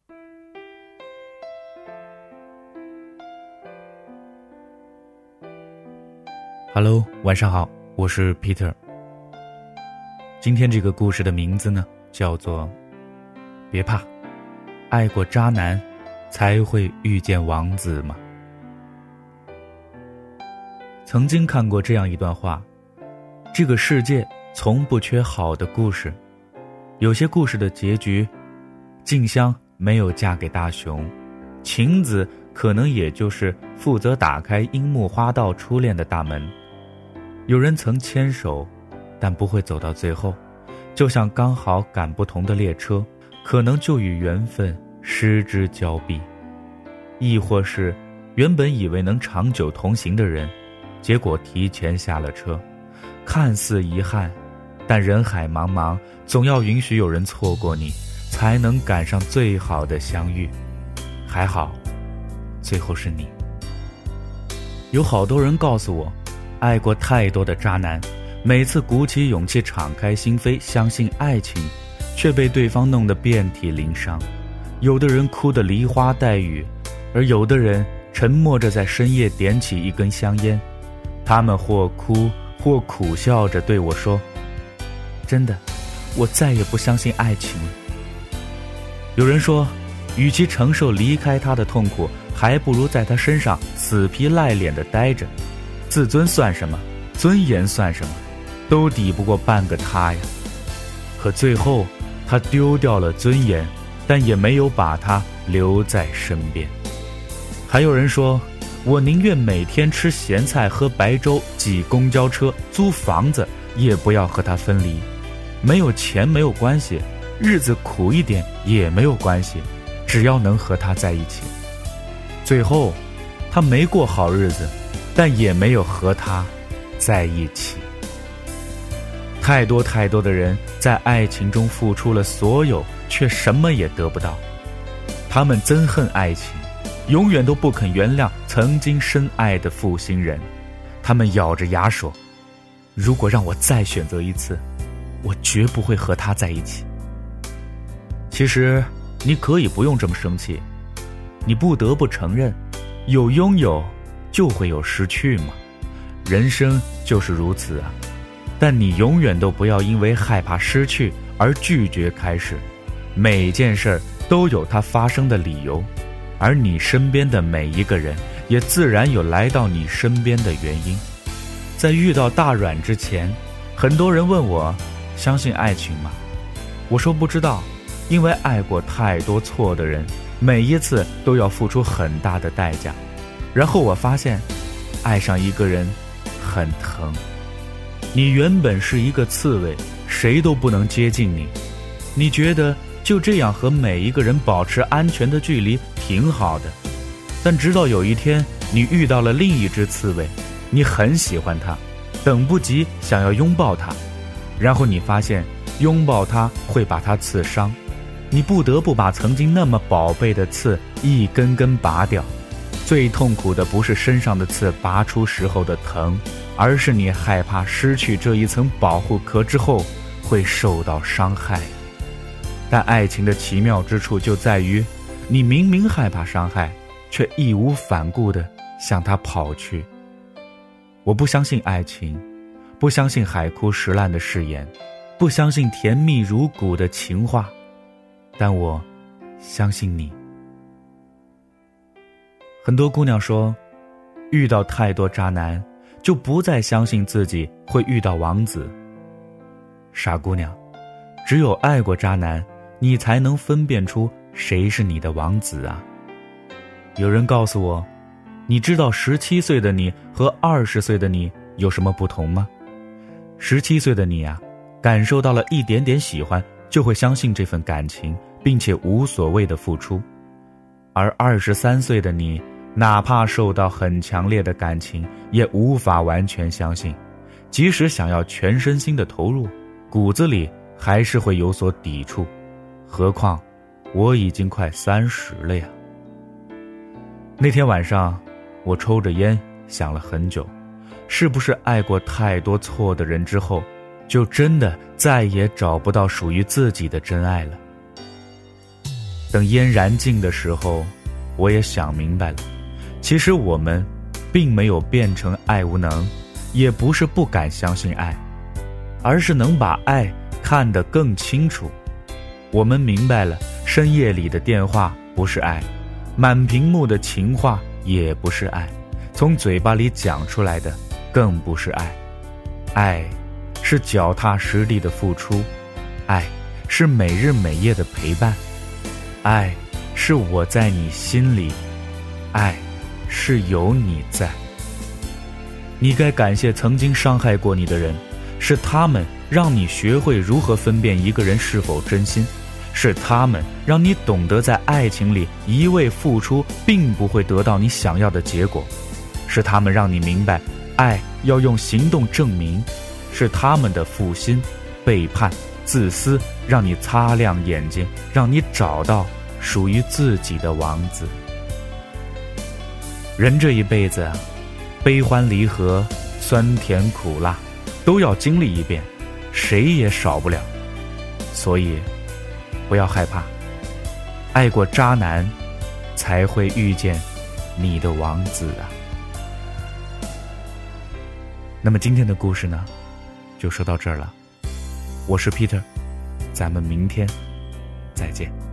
Hello， 晚上好，我是 Peter。今天这个故事的名字呢，叫做别怕，爱过渣男才会遇见王子吗？曾经看过这样一段话，这个世界从不缺好的故事，有些故事的结局，静香没有嫁给大雄，晴子可能也就是负责打开樱木花道初恋的大门。有人曾牵手，但不会走到最后，就像刚好赶不同的列车，可能就与缘分失之交臂。亦或是原本以为能长久同行的人，结果提前下了车，看似遗憾，但人海茫茫，总要允许有人错过你，才能赶上最好的相遇。还好，最后是你。有好多人告诉我，爱过太多的渣男，每次鼓起勇气敞开心扉相信爱情，却被对方弄得遍体鳞伤。有的人哭得梨花带雨，而有的人沉默着在深夜点起一根香烟。他们或哭或苦笑着对我说，真的，我再也不相信爱情了。有人说，与其承受离开他的痛苦，还不如在他身上死皮赖脸地待着。自尊算什么？尊严算什么？都抵不过半个他呀。可最后他丢掉了尊严，但也没有把他留在身边。还有人说，我宁愿每天吃咸菜喝白粥挤公交车租房子，也不要和他分离。没有钱没有关系，日子苦一点也没有关系，只要能和他在一起。最后他没过好日子，但也没有和他在一起。太多太多的人在爱情中付出了所有，却什么也得不到。他们憎恨爱情，永远都不肯原谅曾经深爱的负心人。他们咬着牙说，如果让我再选择一次，我绝不会和他在一起。其实你可以不用这么生气，你不得不承认，有拥有就会有失去嘛，人生就是如此啊。但你永远都不要因为害怕失去而拒绝开始，每件事都有它发生的理由，而你身边的每一个人也自然有来到你身边的原因。在遇到大软之前，很多人问我相信爱情吗？我说不知道，因为爱过太多错的人，每一次都要付出很大的代价。然后我发现，爱上一个人很疼。你原本是一个刺猬，谁都不能接近你。你觉得就这样和每一个人保持安全的距离挺好的，但直到有一天你遇到了另一只刺猬，你很喜欢它，等不及想要拥抱它，然后你发现拥抱它会把它刺伤，你不得不把曾经那么宝贝的刺一根根拔掉。最痛苦的不是身上的刺拔出时候的疼，而是你害怕失去这一层保护壳之后会受到伤害。但爱情的奇妙之处就在于，你明明害怕伤害，却义无反顾地向他跑去。我不相信爱情，不相信海枯石烂的誓言，不相信甜蜜如骨的情话，但我相信你。很多姑娘说，遇到太多渣男，就不再相信自己会遇到王子。傻姑娘，只有爱过渣男，你才能分辨出谁是你的王子啊。有人告诉我，你知道17岁的你和20岁的你有什么不同吗？17岁的你啊，感受到了一点点喜欢，就会相信这份感情，并且无所谓的付出。而23岁的你，哪怕受到很强烈的感情，也无法完全相信，即使想要全身心的投入，骨子里还是会有所抵触。何况我已经快30了呀。那天晚上我抽着烟想了很久，是不是爱过太多错的人之后，就真的再也找不到属于自己的真爱了？ 等烟燃尽的时候，我也想明白了，其实我们并没有变成爱无能，也不是不敢相信爱，而是能把爱看得更清楚。我们明白了，深夜里的电话不是爱，满屏幕的情话也不是爱，从嘴巴里讲出来的更不是爱。爱是脚踏实地的付出，爱是每日每夜的陪伴，爱是我在你心里，爱是有你在。你该感谢曾经伤害过你的人，是他们让你学会如何分辨一个人是否真心，是他们让你懂得在爱情里一味付出并不会得到你想要的结果，是他们让你明白爱要用行动证明，是他们的负心、背叛、自私让你擦亮眼睛，让你找到属于自己的王子。人这一辈子，悲欢离合、酸甜苦辣都要经历一遍，谁也少不了。所以不要害怕，爱过渣男才会遇见你的王子啊。那么今天的故事呢，就说到这儿了。我是 Peter，咱们明天再见。